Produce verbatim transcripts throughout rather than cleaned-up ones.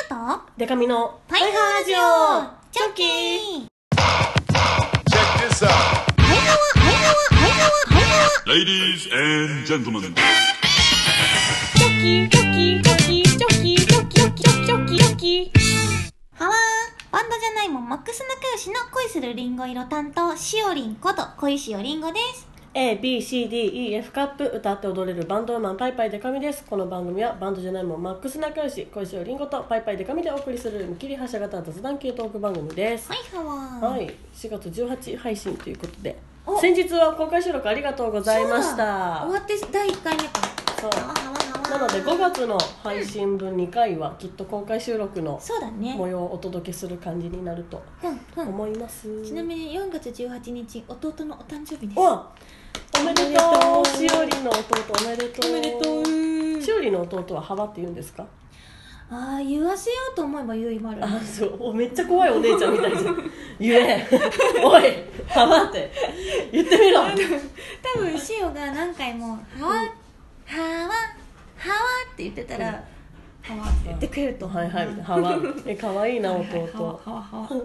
とデカミのパイハワラジオチョキー。 Check this out. パイハワパイハワパイハワパイハワ Ladies and gentlemen. チョキチョキチョキチョキチョキチョキチョキチョキチョキハワーバンドじゃないもんマックス仲良しの恋するリンゴ色担当しおりんこと恋しおりんごです。 A、B、C、D、E、F カップ歌って踊れるバンドウーマンパイパイデカミです。この番組はバンドじゃないもんマックス仲良し恋しおりんごとパイパイデカミでお送りする見切り発車型雑談系トーク番組です。 はいハワー、 はい、しがつじゅうはちにち配信ということでお先日は公開収録ありがとうございました。 終わってだいいっかいめか。 そうハワハワハワなのでごがつの配信分にかいはきっと公開収録のそうだね。 模様をお届けする感じになるとうんうん。 思います。 ちなみによんがつじゅうはちにち弟のお誕生日です。 おおめでとう。しおりんの弟おめでとう。 おめでとう。 しおりんの弟はハワって言うんですか？ ああ言わせようと思えば言う今ある。 あ、そうおめっちゃ怖いお姉ちゃんみたいじゃん。言えおいハワって言ってみろ。 多分しおが何回も「ハワハワハワ」って言ってたら「ハワ」って言ってくれると思う。 はいはいハワえ可愛いなはいはい弟。 ハワハワハワ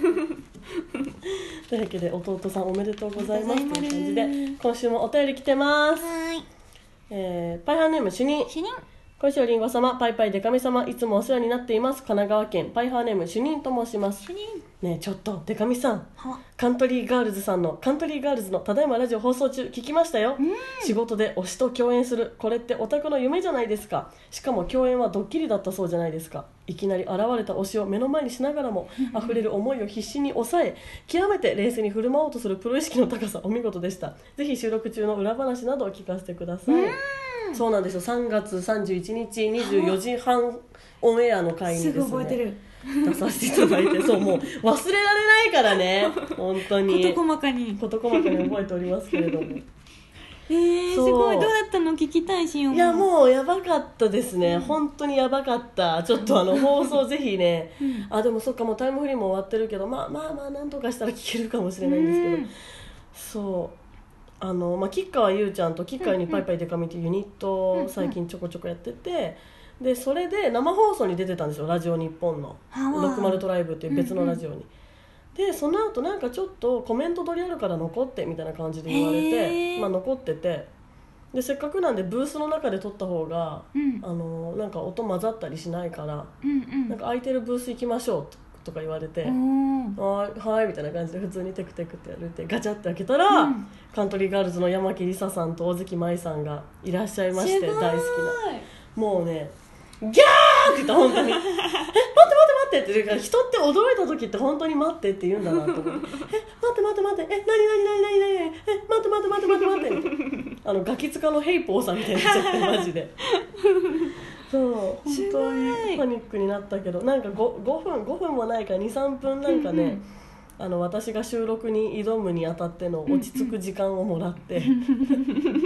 というわけで弟さんおめでとうございますという感おめでとうございますじで今週もお便り来てます。 はーい。 えー、パイハーネーム主任主任小石おりんご様パイパイデカミ様いつもお世話になっています。神奈川県パイハーネーム主任と申します。 主任ねえちょっとデカミさんはわカントリーガールズさんのカントリーガールズのただいまラジオ放送中聞きましたよ。仕事で推しと共演するこれってオタクの夢じゃないですか。しかも共演はドッキリだったそうじゃないですか。いきなり現れた推しを目の前にしながらも溢れる思いを必死に抑え極めて冷静に振る舞おうとするプロ意識の高さお見事でした。ぜひ収録中の裏話などを聞かせてください。そうなんですよ。さんがつさんじゅういちにちにじゅうよじはんオンエアの回にすですねぐ覚えてる。 出させていただいてそうもう忘れられないからね本当に事細かに。 事細かに覚えておりますけれどもえー、すそうごい。どうだったの聞きたいしよ。 いやもうやばかったですね、うん、本当にやばかった。ちょっとあの放送ぜひね、うん、あでもそっかもうタイムフリーも終わってるけどまあまあまあなんとかしたら聞けるかもしれないんですけど、うん、そうあの、まあ、吉川優ちゃんと吉川にパイパイデカミっていうユニットを最近ちょこちょこやってて、でそれで生放送に出てたんですよ。ラジオ日本のろくじゅうトライブっていう別のラジオに、うんうん、でその後なんかちょっとコメント取りあるから残ってみたいな感じで言われて、まあ、残っててでせっかくなんでブースの中で撮った方が、うん、あのなんか音混ざったりしないから、うんうん、なんか空いてるブース行きましょうとか言われて、はいはいみたいな感じで普通にテクテクってやるってガチャって開けたら、うん、カントリーガールズの山木りささんと大関舞さんがいらっしゃいまして大好きなもうねギャーって言った本当にえ待って待って待ってって言うから人って驚いた時って本当に待ってって言うんだなと思ってえ待って待って待ってえ何何何何何え待って待って待って待って待ってあのガキ使のヘイポーさんみたいになっちゃってマジでそう本当にパニックになったけどなんか 5, 5分ごふんもないから にさんぷんなんかね、うんうんあの私が収録に挑むにあたっての落ち着く時間をもらって、うんうん、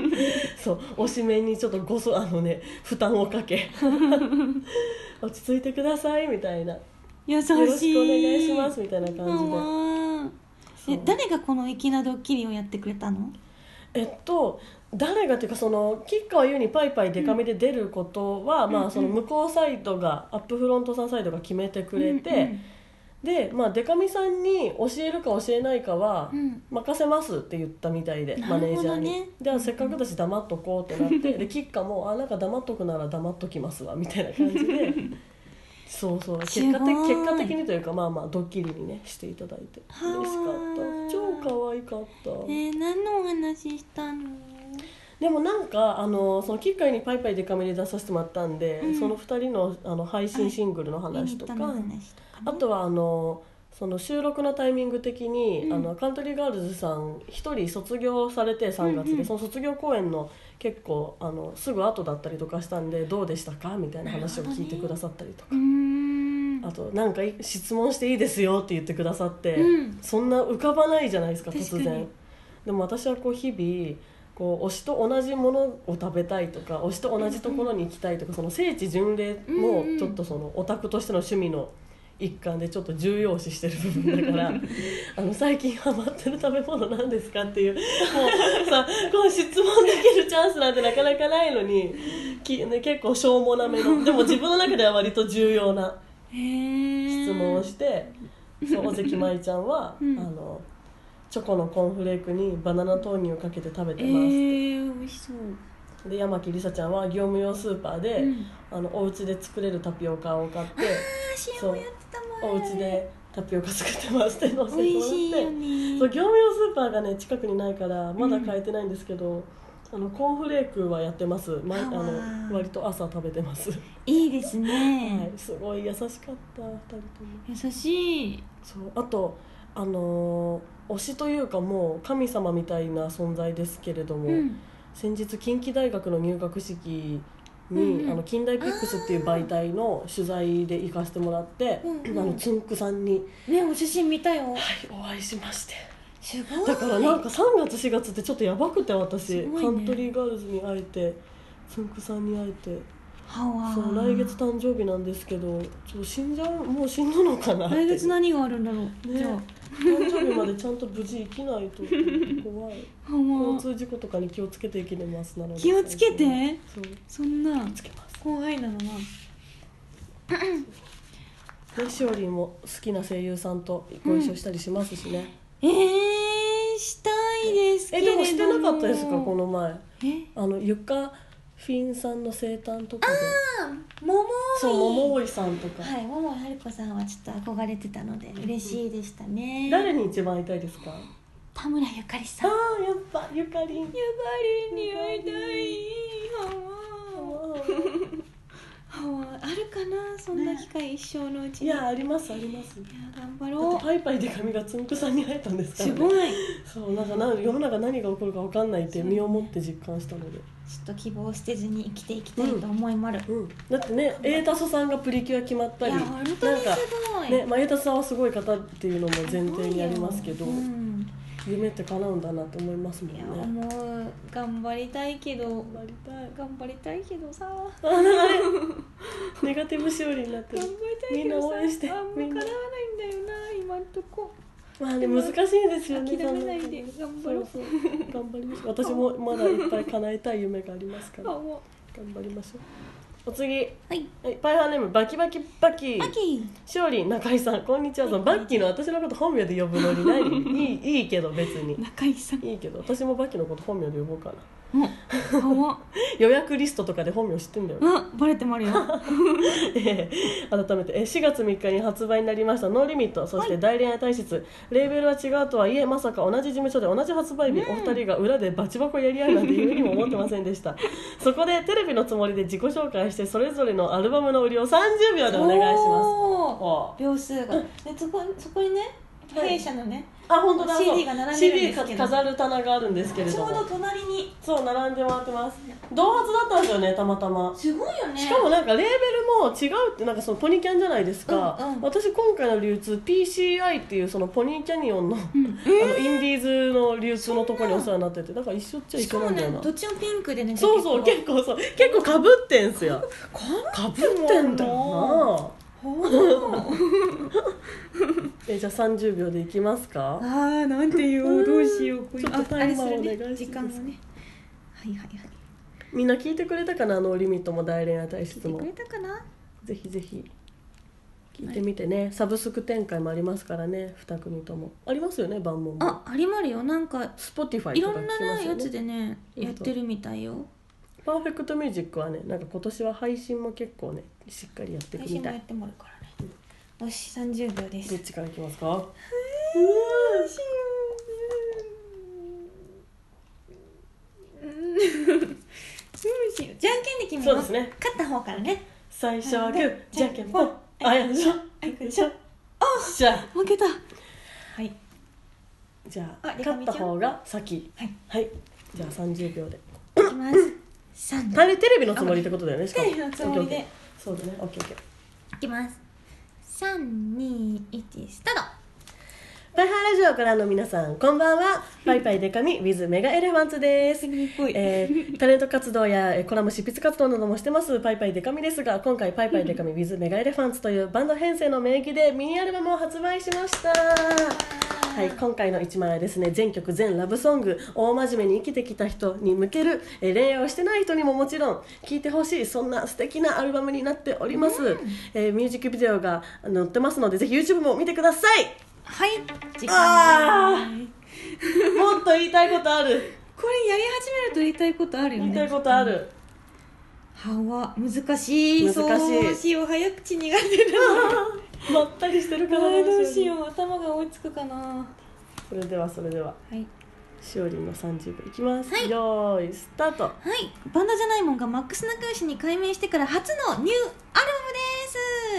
そうおしめにちょっとごそあのね負担をかけ落ち着いてくださいみたいな優しいよろしくお願いしますみたいな感じでえ誰がこの粋なドッキリをやってくれたの？ えっと誰がっていうかその吉川優にパイパイデカミで出ることは、うん、まあその向こうサイドがアップフロントさんサイドが決めてくれて、うんうんでまあ、デカミさんに教えるか教えないかは任せますって言ったみたいで、うん、マネージャーに、ね、でせっかくだし黙っとこうってなってでキッカもあなんか黙っとくなら黙っときますわみたいな感じでそうそう結果的、結果的にというかまあまあドッキリにねしていただいて嬉しかった超可愛かった。 えー、何のお話したの？ でもなんかあのそのキッカイにパイパイデカミで出させてもらったんで、うん、そのふたり の, あの配信シングルの話とか、はい、あとはあのその収録のタイミング的に、うん、あのカントリーガールズさんひとり卒業されてさんがつで、うんうん、その卒業公演の結構あのすぐ後だったりとかしたんでどうでしたかみたいな話を聞いてくださったりとか、ね、あとなんか質問していいですよって言ってくださって、うん、そんな浮かばないじゃないですか突然。でも私はこう日々こう推しと同じものを食べたいとか推しと同じところに行きたいとか、その聖地巡礼もちょっとそのオタクとしての趣味の一環でちょっと重要視してる部分だからあの最近ハマってる食べ物なんですかっていうもうさこの質問できるチャンスなんてなかなかないのにき、ね、結構しょうもなめのでも自分の中では割と重要な質問をしてそう尾関舞ちゃんは、 うん、 あのチョコのコーンフレークにバナナ豆乳をかけて食べてえます、 ー、美味しそうで山木りさちゃんは業務用スーパーで、 うん、 あのお家で作れるタピオカを買ってあー シーエム やってたもんお家でタピオカ作ってますって載せてもらって美味しいよね。 そう業務用スーパーがね近くにないからまだ買えてないんですけど、うん、あのコーンフレークはやってます、ま、あの割と朝食べてますいいですね、 はい、すごい優しかったふたりとも優しい。 そうあとあのー、推しというかもう神様みたいな存在ですけれども、うん、先日近畿大学の入学式に、うんうん、あの近代ピックスっていう媒体の取材で行かせてもらって、うんうん、あのつんくさんにねお写真見たよ、 はい、お会いしましてすごい。 だからなんかさんがつしがつってちょっとやばくて私、ね、カントリーガールズに会えてつんくさんに会えてそう来月誕生日なんですけどちょっと死んじゃうもう死んだのかなって来月何があるんだろう、ね、じゃあ誕生日までちゃんと無事生きないと怖い交通事故とかに気をつけて生きてますなので気をつけてそうそんなつけます怖いなのなね、しおりんも好きな声優さんとご一緒したりしますしね、 うん、えー、したいですけれどもえでもしてなかったですかこの前えあのゆかフィンさんの生誕とかでああ桃井そう桃井さんとかはい桃井春子さんはちょっと憧れてたので嬉しいでしたね。 誰に一番会いたいですか？ 田村ゆかりさん。 ああやっぱゆかりんゆかりんに会いたい。はわはわあるかなそんな機会、ね、一生のうちに。 いやありますあります。いや頑張ろう。 だってパイパイで髪がつんくさんに会えたんですから、ね、 すごい。 そうなんかな世の中何が起こるか分かんないって身をもって実感したので、 ちょっと希望を捨てずに生きていきたいと思いまる、 うんうん、だってね瑛太祖さんがプリキュア決まったりいや本当にすごいね、まあ、瑛太さんはすごい方っていうのも前提にありますけど、 うん、 夢って叶うんだなと思いますもんね。 いや思う頑張りたいけど頑張りたい頑張りたいけどさあなんかねネガティブしおりになってる。 頑張りたいけどさみんな応援してあんま叶わないんだよな今んとこ。 まあね難しいですよね。 諦めないで頑張ろう。 そうそう頑張りましょう。私もまだいっぱい叶えたい夢がありますから頑張りましょう。お次、はい、はい、パイハーネームバキバキバキバキしおりん中井さんこんにちは。そのバッキーの私のこと本名で呼ぶのに何いい、いいけど別に中井さんいいけど私もバッキーのこと本名で呼ぼうかな。予約リストとかで本名知ってんだよ、ね、 あバレてもあるよ、 えー、改めてえしがつみっかに発売になりましたノーリミットそして大恋愛体質、レーベルは違うとはいえまさか同じ事務所で同じ発売日、うん、お二人が裏でバチバコやり合うなんて夢にも思ってませんでしたそこでテレビのつもりで自己紹介してそれぞれのアルバムの売りをさんじゅうびょうでお願いします。 お秒数が、でそこそこにね弊社のね、 あ本当だシーディー が並んでるんですけどシーディー 飾る棚があるんですけれどもちょうど隣にそう並んでもらってます。同発だったんですよねたまたますごいよね。 しかもなんかレーベルも違うってなんかそのポニキャンじゃないですか、うんうん、私今回の流通 ピーシーアイ っていうそのポニーキャニオンの、うんえー、あのインディーズの流通のところにお世話になっててだから一緒っちゃ一緒なんだよな。 しかもねどっちもピンクでねそうそう結構そう結構かぶってんすよかぶってんだよなえじゃあさんじゅうびょうでいきますか。 あーなんて言おうどうしようちょっとタイマーお願いします、 ね、時間もねはいはいはいみんな聞いてくれたかなノーリミットも大恋愛体質も聞いてくれたかな。 ぜひぜひ聞いてみてね、はい、サブスク展開もありますからねに組ともありますよね番号もあありまるよなんか Spotify とか聞きますよねいろんなやつでねやってるみたいよ。 パーフェクトミュージックはねなんか今年は配信も結構ねしっかりやっていくみたい。 配信もやってもらうからね、うん、よしさんじゅうびょうです。 どっちからいきますか。 うーんじゃんけんで決めよう。 そうですね勝った方からね。 最初はグーじゃんけんぽんあやでしょあいくでしょ。あじゃあ負けた。はいじゃあ勝った方が先はい、はい、じゃあさんじゅうびょうでいきますさんテレビのつもりってことだよね。しかもテレビのつもりでそうだねオッケーオッケーいきますさんにいちスタート。 パイハーラジオからの皆さんこんばんはパイパイデカミ with メガエレファンツです、えー、タレント活動やコラム執筆活動などもしてますパイパイデカミですが今回パイパイデカミ with メガエレファンツというバンド編成の名義でミニアルバムを発売しました。 はい、今回のいちまいはですね、全曲全ラブソング、大真面目に生きてきた人に向ける、えー、恋愛をしてない人にももちろん聴いてほしい、そんな素敵なアルバムになっております、うん、えー、ミュージックビデオが載ってますので、ぜひ YouTube も見てください。 はい、時間あもっと言いたいことある。 これやり始めると言いたいことあるよね。 言いたいことある。 はわ、難しい。 難しい。 そうしよう、早口苦手だまったりしてるからどうしよう、頭が追いつくかな。 それではそれでは、はい、しおりんのさんじゅうびょういきます、はい、よーいスタート。 はい、バンドじゃないもんがマックス仲良しに改名してから初のニューアルバムです。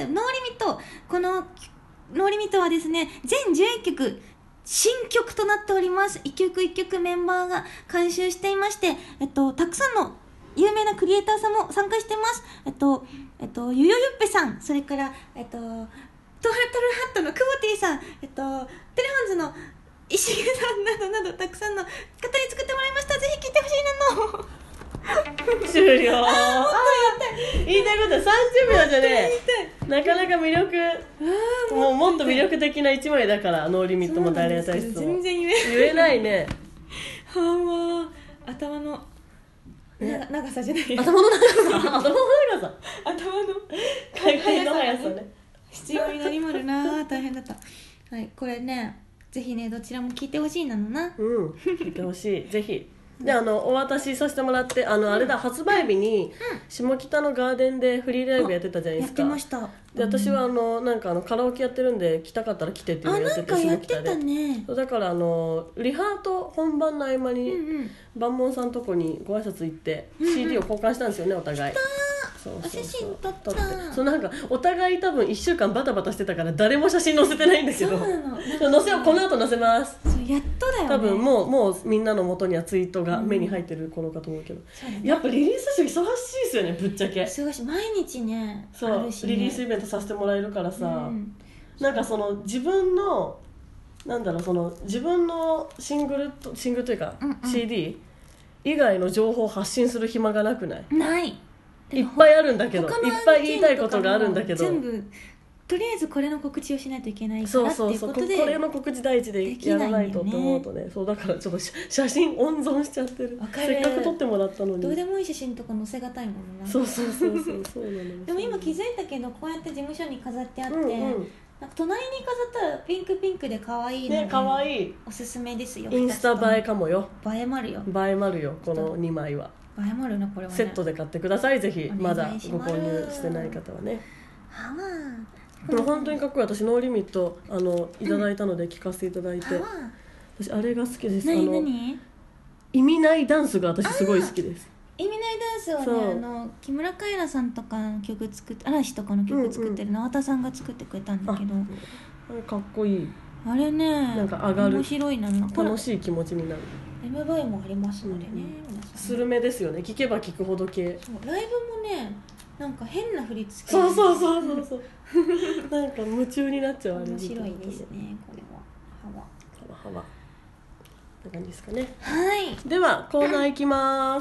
ノーリミット。このノーリミットはですね、全じゅういっきょく新曲となっております。一曲一曲メンバーが監修していまして、えっと、たくさんの有名なクリエイターさんも参加してます。えっと、えっと、ゆよゆっぺさん、それから、えっと、トルトルハットのクボティさん、えっと、テレフォンズの石毛さんなどなどたくさんの方に作ってもらいました。ぜひ聴いてほしいなの。 終了。あ言いたいことはさんじゅうびょうじゃねなかなか魅力もうもっと魅力的ないちまいだから、ノーリミットもダイレア体質も全然言えない言えないね。 はもう頭のな長さじゃない、 頭の長さ頭の長さ頭の回転の速さね必要になりまるな。大変だった。はい、これね、ぜひねどちらも聞いてほしいなのな。 うん聞いてほしいぜひで、あのお渡しさせてもらって、あの、うん、あれだ発売日に下北のガーデンでフリーライブやってたじゃないですか。 やってました。 で私はあのなんかあのカラオケやってるんで来たかったら来てっていうのやってて、 あなんかやってたね。 だからあのリハと本番の合間に、うんうん、万門さんとこにご挨拶行って、うんうん、シーディー を交換したんですよね、お互い。そうそうそう、 お写真撮った。 そうなんかお互い多分いっしゅうかんバタバタしてたから誰も写真載せてないんですけど、そうなの載せよう、この後載せます。 そうやっとだよね。 多分もうもうみんなの元にはツイートが目に入ってる頃かと思うけど、うん、やっぱリリース週忙しいですよね、ぶっちゃけ。 忙しい、毎日ね。 そうあるしね、 リリースイベントさせてもらえるからさ、うん、なんかその自分のなんだろう、その自分のシングルとシングルというか、うんうん、シーディー 以外の情報を発信する暇がなくない？ ない。 いっぱいあるんだけど、いっぱい言いたいことがあるんだけど、 全部とりあえずこれの告知をしないといけないからっていうことで、 そうそうそう、これの告知第一でやらないとって思うとね、そうだからちょっと写真温存しちゃってる。せっかく撮ってもらったのにどうでもいい写真とか載せがたいもんな。 そうそうそうそうそうなの。 でも今気づいたけど、こうやって事務所に飾ってあって、うんうん、なんか隣に飾ったらピンクピンクで可愛いので、 ね、可愛いおすすめですよ。 インスタ映えかもよ。 映えまるよ。 映えまるよ、このにまいは。 映えまるな、これはね。 セットで買ってください、ぜひ。まだご購入してない方はね。 はわでも本当にかっこいい。私ノーリミットあのいただいたので聞かせていただいて、うん、私あれが好きです。 何何意味ないダンスが私すごい好きです。 意味ないダンスはね、あの木村カエラさんとかの曲作って、嵐とかの曲作ってる縄田さんが作ってくれたんだけど、 あれかっこいい。 あれね、 なんか上がる、 面白いな、 楽しい気持ちになる。 エムブイ もありますのでね、うんうん、 スルメですよね、聞けば聞くほど系。 そうライブもね、なんか変な振り付け、 そうそうそうそうそうなんか夢中になっちゃう。あれ面白いですね、これは。はわはわはわな感じですかね。 はい、 ではコーナーいきます。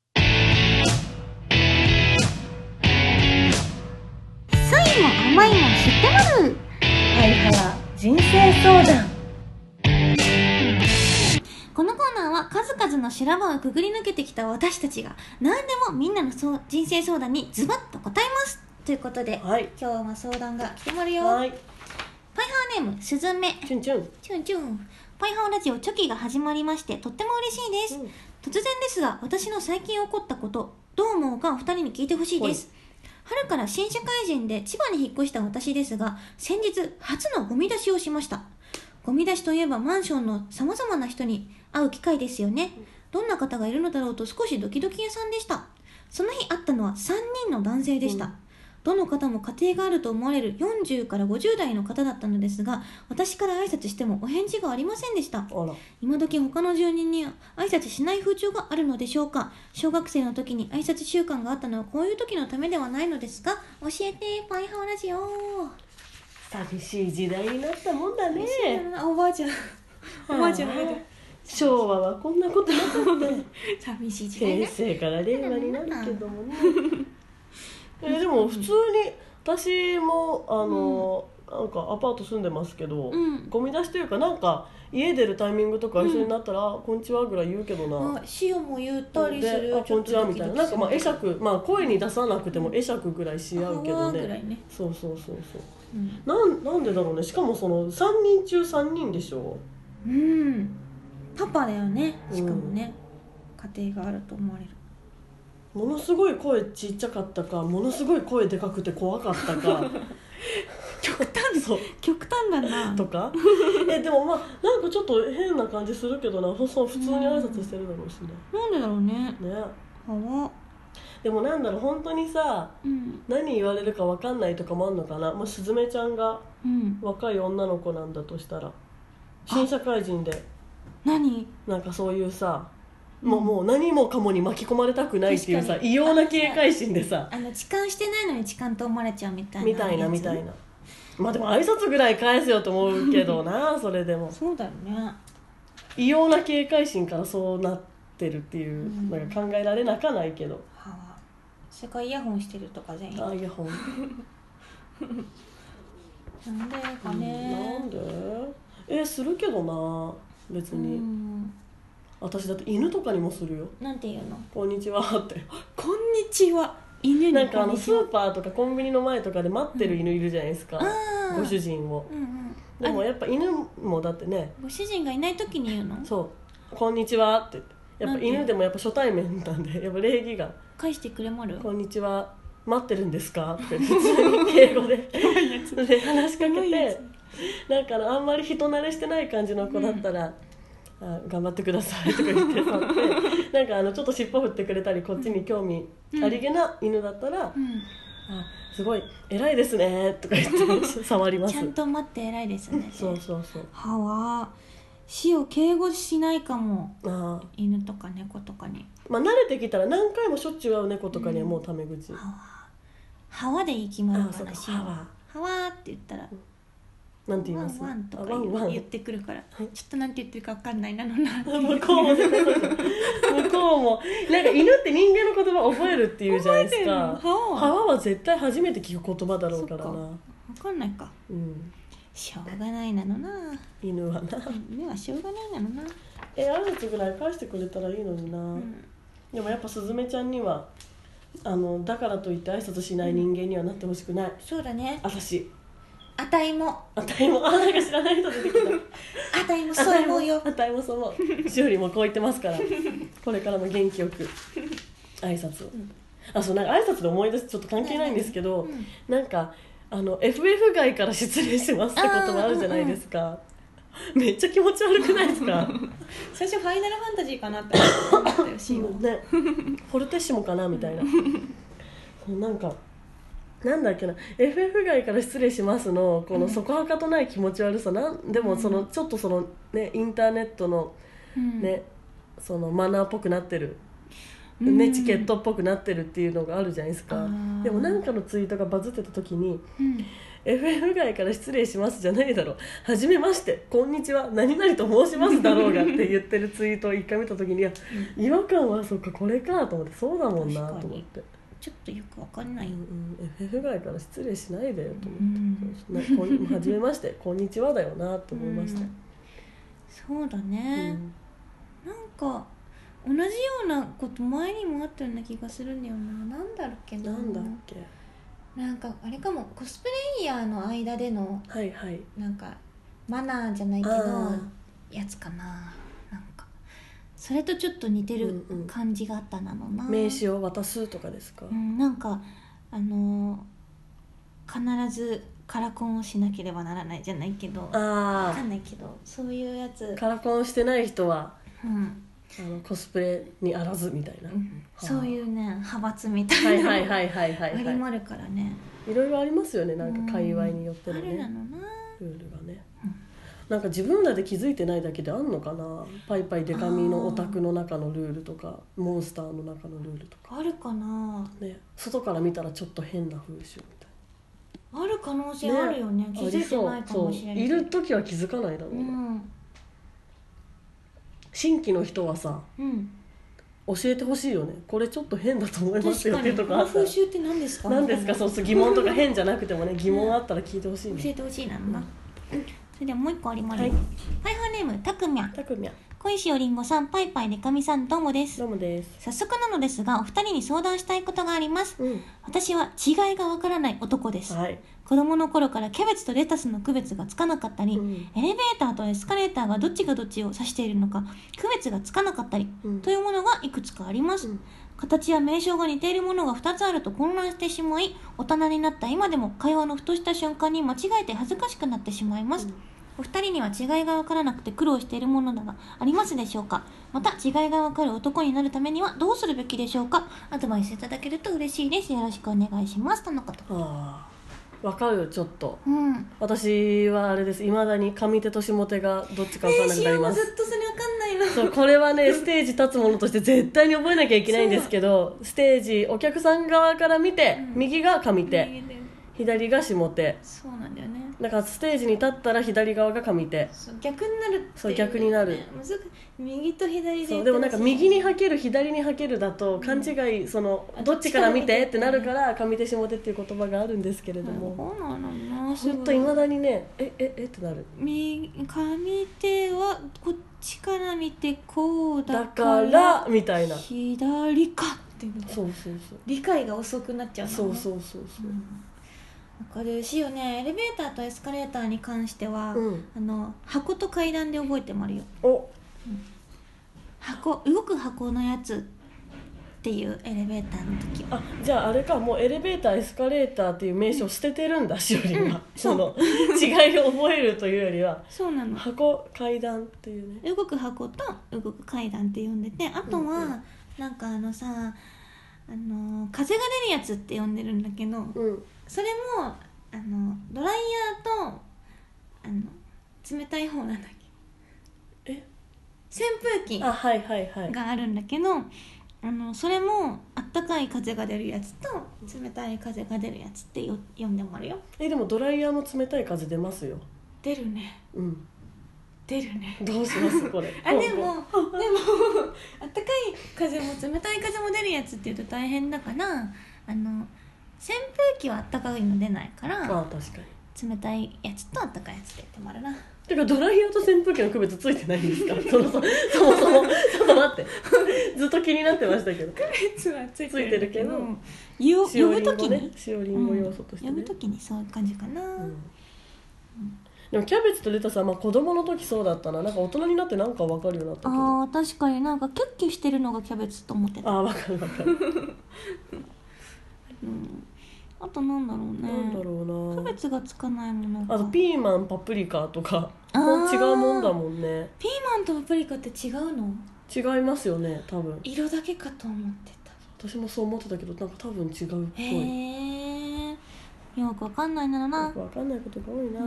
酸いも甘いも知ってます。 はいはら人生相談。 このコーナーは数々の修羅場をくぐり抜けてきた私たちが何でもみんなのそう人生相談にズバッと答えますということで、はい、今日は相談が来てまるよ。はい、パイハーネームスズメチュンチュンチュンチュン。パイハーラジオチョキが始まりましてとっても嬉しいです、うん、突然ですが私の最近起こったことどう思うかお二人に聞いてほしいです。春から新社会人で千葉に引っ越した私ですが、先日初のゴミ出しをしました。ゴミ出しといえばマンションの様々な人に会う機会ですよね。どんな方がいるのだろうと少しドキドキ屋さんでした。その日会ったのはさんにんの男性でした、うん、どの方も家庭があると思われるよんじゅうからごじゅう代の方だったのですが、私から挨拶してもお返事がありませんでした。今時他の住人に挨拶しない風潮があるのでしょうか。小学生の時に挨拶習慣があったのはこういう時のためではないのですか。教えてパイハワラジオ。 寂しい時代になったもんだね。 おばあちゃんおばあちゃん昭和はこんなことなかった寂しい時代、ね、 平成から令和になるけどもねえでも普通に私もあの、うなんかアパート住んでますけど、 うん、 ゴミ出しというかなんか家出るタイミングとか一緒になったら、うん、こんにちはぐらい言うけどな。 あ、シオも言ったりする。 あ、こんにちはみたいな。なんかまあ会釈、まあ声に出さなくても会釈ぐらいし合うけどね。 ぐらいね。 そうそうそうそう。 うん、 なんなんでだろうね。しかもそのさんにん中さんにんでしょ。 うん。パパだよね。しかもね、うん、家庭があると思われる。 ものすごい声ちっちゃかったか、ものすごい声でかくて怖かったか。 極端そう極端だなとかえでもまあなんかちょっと変な感じするけどな、そう普通に挨拶してるだろうしね、 うん、なんでだろうね。 ね、 はでもなんだろう本当にさ、うん、何言われるか分かんないとかもあんのかな。もうすずめちゃんが若い女の子なんだとしたら、新社会人で何なんかそういうさ、もう、もう何もかもに巻き込まれたくないっていうさ異様な警戒心でさ、 あの痴漢してないのに痴漢と思われちゃうみたいなみたいなみたいな。まあでも挨拶ぐらい返せよと思うけどなそれでもそうだよね。 異様な警戒心からそうなってるっていう、うん、なんか考えられなかないけど、 はあ、それからイヤホンしてるとか全員。 あ、イヤホンなんでかね、 うん、なんでえするけどな別に、うん、私だって犬とかにもするよ。 なんて言うの？ こんにちはってこんにちは。犬になんかあのスーパーとかコンビニの前とかで待ってる犬いるじゃないですか、 うん、 ご主人を、 うんうん、 でもやっぱ犬もだってね、 ご主人がいない時に言うの？ そうこんにちはって言って、やっぱ犬でもやっぱ初対面なんでやっぱ礼儀が返してくれまる？ こんにちは待ってるんですかって普通に敬語でで話しかけて、なんかあんまり人慣れしてない感じの子だったら、うん、あ頑張ってくださいとか言ってさってなんかあのちょっと尻尾振ってくれたりこっちに興味ありげな犬だったら、うん、あすごい偉いですねとか言って触ります。 ちゃんと待って偉いですねそうそうそう。 はわ死を敬語しないかも。 あ犬とか猫とかに、 まあ、慣れてきたら何回もしょっちゅう会う猫とかにはもうタメ口、うん、はわはわでいい決まるから。 死はわはわって言ったら、うんなんて言います？ ワンワンとか言ってくるから、ちょっとなんて言ってるか分かんないなのなって向こうも向こうもなんか犬って人間の言葉覚えるっていうじゃないですか。ハワは絶対初めて聞く言葉だろうからな。 分かんないか、うん、しょうがないなのな。 犬はな犬はしょうがないなのな。 え挨拶ぐらい返してくれたらいいのにな、うん、でもやっぱすずめちゃんにはあのだからといって挨拶しない人間にはなってほしくない、うん、 そうだね。 私あたいもあたいもあなんか知らない人出てきたあたいもそう思うよ。 あたいもそう思う。しおりもこう言ってますからこれからも元気よく挨拶を、うん、あそうなんか挨拶で思い出すちょっと関係ないんですけど、うん、なんかあの エフエフ 外から失礼しますって言葉あるじゃないですか、うんうん、めっちゃ気持ち悪くないですか最初ファイナルファンタジーかなって思ったよシーンねフォルテッシモかなみたいななんかなんだっけな エフエフ 外から失礼しますのこのそこはかとない気持ち悪さなんでもそのちょっとそのねインターネットのね、うん、そのマナーっぽくなってる、うん、ねチケットっぽくなってるっていうのがあるじゃないですか。でもなんかのツイートがバズってた時に、うん、エフエフ 外から失礼しますじゃないだろうはじめましてこんにちは何々と申しますだろうがって言ってるツイートを一回見た時にいや、うん、違和感はそっかこれかと思ってそうだもんなと思ってちょっとよくわかんない、うんうん、エフエフ 外から失礼しないでよと思って、うん、こんはじめましてこんにちはだよなと思いました、うん、 そうだね、うん、なんか同じようなこと前にもあったような気がするんだよな。なんだっけななんだっけなんかあれかもコスプレイヤーの間での、 はいはい、 なんかマナーじゃないけどやつかな。なんかそれとちょっと似てる感じがあったなのな、 うんうん、名刺を渡すとかですか、 うん、なんかあのー、必ずカラコンをしなければならないじゃないけどあ分かんないけどそういうやつカラコンしてない人は、 うん、 あのコスプレにあらずみたいな、うん、 そういうね派閥みたいなのがありまるからね。 いろいろありますよねなんか界隈によってのね、 うん、あれなのなルールがね、うんなんか自分らで気づいてないだけであんのかな。パイパイデカミのオタクの中のルールとかモンスターの中のルールとかあるかな、 ね、外から見たらちょっと変な風習みたいなある可能性あるよ ね, ね気づいてないかもしれない。 いる時は気づかないだろうな、うん、新規の人はさ、うん、 教えてほしいよね。これちょっと変だと思いますよっていうとこあったら。 風習って何ですか？ 何ですか？そうそう、疑問とか変じゃなくてもね、疑問あったら聞いてほしいね。 教えてほしいなんだ、うん、それではもう一個あります。 はい、 パイハーネームたくみゃたくみゃ小石おりんごさん、パイパイでかみさん、どうもです。 どうもです。 早速なのですが、お二人に相談したいことがあります。 うん、 私は違いがわからない男です、 はい、 子供の頃からキャベツとレタスの区別がつかなかったり、 うん、 エレベーターとエスカレーターがどっちがどっちを指しているのか区別がつかなかったり、うん、というものがいくつかあります、うん、形や名称が似ているものがふたつあると混乱してしまい、大人になった今でも会話のふとした瞬間に間違えて恥ずかしくなってしまいます、うん、お二人には違いが分からなくて苦労しているものなどありますでしょうか。また違いが分かる男になるためにはどうするべきでしょうか。アドバイスいただけると嬉しいです。よろしくお願いしますとのこと。 ああ、分かる。ちょっと、 うん、 私はあれです。未だに上手と下手がどっちか分からなくなります。 えー、ずっとそれ分かんないの。 そう、これはねステージ立つものとして絶対に覚えなきゃいけないんですけど、ステージお客さん側から見て、うん、右が上手、左が下手。 そうなんだよね。 だからステージに立ったら左側が上手。 そう、逆になるっていう、ね、 そう、逆になる。 右と左で。 そうでもなんか右にはける左にはけるだと勘違い、そのどっちから見てってなるから上手下手っていう言葉があるんですけれども、 そうなのな。 ほんといまだにねえええってなる。 右上手はこっちから見てこうだだからみたいな、 左かっていうのがそうそうそう、 理解が遅くなっちゃうの。 そうそうそうそう、 うん、わかるしよね。エレベーターとエスカレーターに関しては、うん、あの箱と階段で覚えてもらうよ。 お、うん、 箱、動く箱のやつっていうエレベーターの時は。 あ、じゃああれか、もうエレベーターエスカレーターっていう名称を捨ててるんだ、しおりんは、うん、その違いを覚えるというよりはそうなの、 箱階段っていうね、 動く箱と動く階段って呼んでて、あとは、うんうん、なんかあのさ、あの風が出るやつって呼んでるんだけど、うん、それもあのドライヤーとあの冷たい方なんだっけ、え扇風機があるんだけど、あ、はいはいはい、あのそれもあったかい風が出るやつと冷たい風が出るやつってよ呼んでもらうよ。 え、でもドライヤーも冷たい風出ますよ。 出るね、うん、出るね。 どうしますこれ。 あ、でもでもあったかい風も冷たい風も出るやつっていうと大変だから、あの扇風機はあったかいの出ないから、 ああ、確かに冷たいやつとあったかいやつでやってもらうな。 てかドライヤーと扇風機の区別ついてないんですか。そもそもそもそもちょっと待ってずっと気になってましたけど。 区別はついてるけど、呼ぶときにしおりんご要素としてね、 呼ぶときにそういう感じかな、うんうん、 でもキャベツとレタスはまあ子供の時そうだったな。なんか大人になってなんか分かるようになったけど、 あー確かになんかキュッキュしてるのがキャベツと思ってた。 あー分かる分かる、 うん、あとなんだろうね、 なんだろうな、 キャベツがつかないものが、 あとピーマンパプリカとかもう違うもんだもんね。 ピーマンとパプリカって違うの？ 違いますよね、多分。 色だけかと思ってた。 私もそう思ってたけど、なんか多分違うっぽい。 へえ、よくわかんないならな。 よくわかんないことが多いな。うん、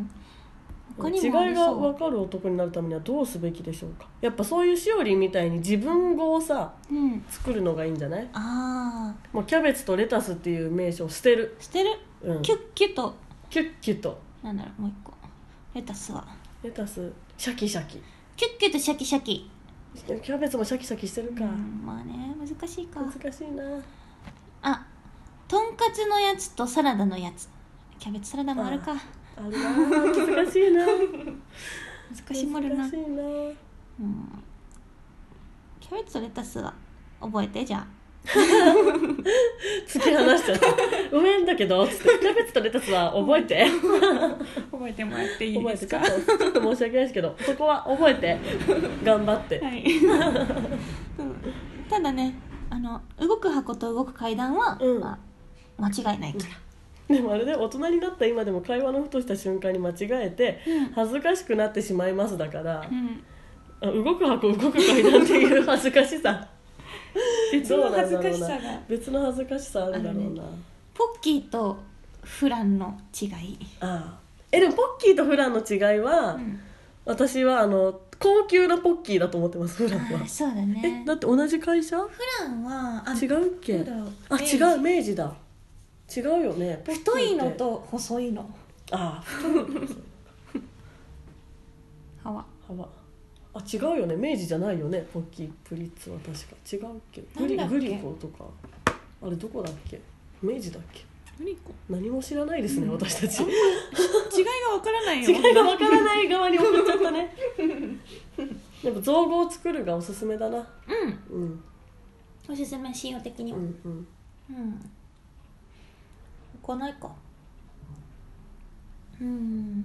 他にもありそう。 違いが分かる男になるためにはどうすべきでしょうか。やっぱそういうしおりんみたいに自分語をさ、うん、作るのがいいんじゃない？ああ、もうキャベツとレタスっていう名称を捨てる。 捨てる、うん、キュッキュとキュッキュとなんだろう、もう一個レタスはレタスシャキシャキ、 キュッキュとシャキシャキ。 キャベツもシャキシャキしてるか、うん、 まあね、難しいか。 難しいな。 あ、とんかつのやつとサラダのやつ。キャベツサラダもあるか。 あるな、難しいな難しいもるな。 難しいな、うん、 キャベツとレタスは覚えて、じゃあ突き放しちゃったごめんだけどつって、キャベツとレタスは覚えて覚えてもらっていいですか。 ちょっと、ちょっと申し訳ないですけど、そこは覚えて頑張って、はいただね、あの動く箱と動く階段は、うん、まあ、間違いないから、 でもあれで大人になった今でも会話のふとした瞬間に間違えて恥ずかしくなってしまいますだから、うん、動く箱動く階段っていう恥ずかしさ別の恥ずかしさが別の恥ずかしさあるだろうな。 ポッキーとフランの違い。 ああ、えでもポッキーとフランの違いは、うん、私はあの高級なポッキーだと思ってます。フランは。 そうだね。 えだって同じ会社？ フランはあ違うっけ？あ、違う、明治だ。違うよね。 太いのと細いの。 ああ、太いのと細いの。 幅幅。 あ違うよね、明治じゃないよね、ポッキープリッツは。確か違うっけ、グリなんだっけグリコとかあれどこだっけ、明治だっけ。 グリコ何も知らないですね、うん、私たち。違いがわからないよ。 違いがわからない側に送っちゃったね。やっぱ造語を作るがおすすめだな。 うん、 うん、 おすすめ、仕様的には。 うんうんうん。他ないか。うん。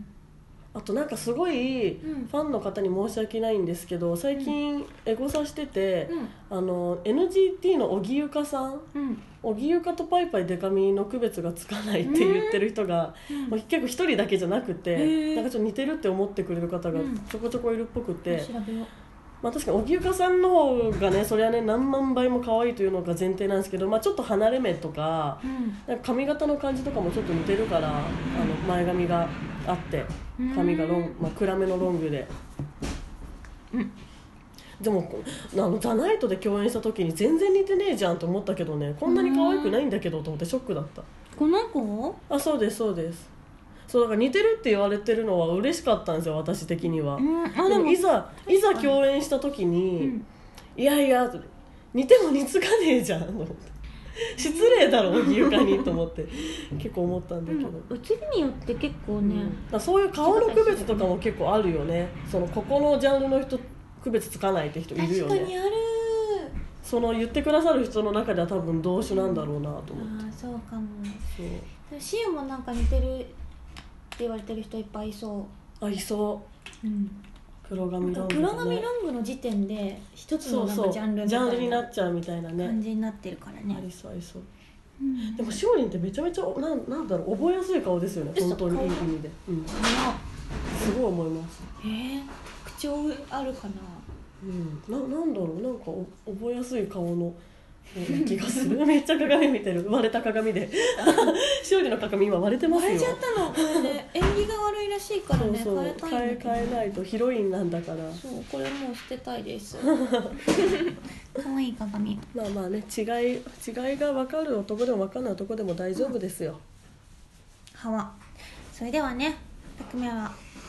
あとなんかすごいファンの方に申し訳ないんですけど、最近エゴサしてて、うん、あの エヌジーティー の荻ゆかさん、うん、荻ゆかとパイパイデカミの区別がつかないって言ってる人が、うん、結構一人だけじゃなくて、なんかちょっと似てるって思ってくれる方がちょこちょこいるっぽくて、うん、まあ、確かに荻ゆかさんの方がね、それはね何万倍も可愛いというのが前提なんですけど、まあ、ちょっと離れ目とか、うん、なんか髪型の感じとかもちょっと似てるから、あの前髪があって髪がロン、まあ、暗めのロングで、うん、でもあのザ・ナイトで共演した時に全然似てねえじゃんと思ったけどね、こんなに可愛くないんだけどと思ってショックだった。 この子？あ、 そうですそうです。そうだから似てるって言われてるのは嬉しかったんですよ、私的には。うん、あでもいざいざ共演した時に、うん、いやいや似ても似つかねえじゃんと思って、失礼だろ荻ゆかにと思って結構思ったんだけど、 うん、写りによって結構ね、 うん、そういう顔の区別とかも結構あるよね。そのここのジャンルの人区別つかないって人いるよね。 確かにある。 その言ってくださる人の中では多分同種なんだろうなと思って、 うん、あそうかも。 そうシオもなんか似てるって言われてる人いっぱいいそう。 あ、いそう、うん、黒髪ロング、ね、 黒髪ロングの時点で一つのなんかジャンルみたいなジャンルになっちゃうみたいなね感じになってるからね。 ありそうありそう、うん、でもしおりんってめちゃめちゃな ん, なんだろう覚えやすい顔ですよね、本当にいい意味で、うん、すごい思います。 えー、口調あるかな、 うん、な, なんだろうなんか覚えやすい顔の気がする。めっちゃ鏡見てる、割れた鏡でしおりの鏡今割れてますよ。 割れちゃったのこれね縁起が悪いらしいからね。 そうそう、 変えたいんだけど変え変えないとヒロインなんだから。 そうこれもう捨てたいです可愛い鏡。 まあまあね、違い違いが分かる男でも分かんない男でも大丈夫ですよ、 はわ。それではね、匠は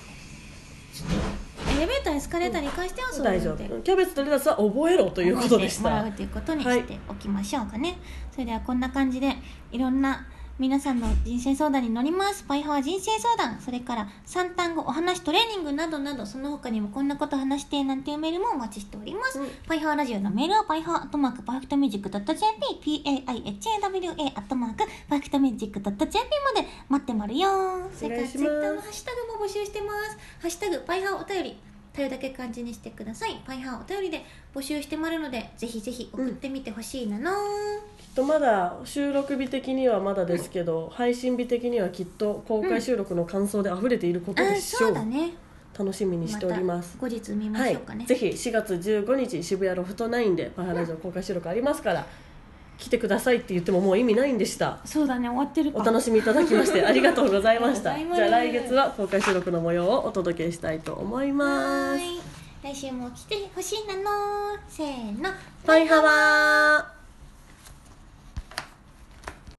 エレベーターエスカレーターに関してはそう大丈夫。キャベツとレタスは覚えろということでした。 覚えてもらうということにしておきましょうかね、はい、それではこんな感じでいろんな皆さんの人生相談に乗ります。パイハワ人生相談、それからさん単語お話トレーニングなどなど、その他にもこんなこと話してなんていうメールもお待ちしております、うん、パイハワラジオのメールはパイハワアットマークパーフェクトミュージックドット ジェーピー パイハワアットマークパーフェクトミュージックドット ジェーピー まで待ってまるよ。それからツイッターのハッシュタグも募集してます。ハッシュタグパイハワお便り頼るだけ漢字にしてください。パイハーお便りで募集してもらうので、ぜひぜひ送ってみてほしいなの、うん、 きっとまだ収録日的にはまだですけど、うん、配信日的にはきっと公開収録の感想で溢れていることでしょう、うん、 そうだね、 楽しみにしております、 また後日見ましょうかね、 はい、ぜひしがつじゅうごにち渋谷ロフトナインでパイハーラジオ公開収録ありますから、うん、来てくださいって言ってももう意味ないんでした。 そうだね、終わってるか。 お楽しみいただきましてありがとうございましたじゃあ来月は公開収録の模様をお届けしたいと思います。 来週も来てほしいなの。せーの、 パイハワー。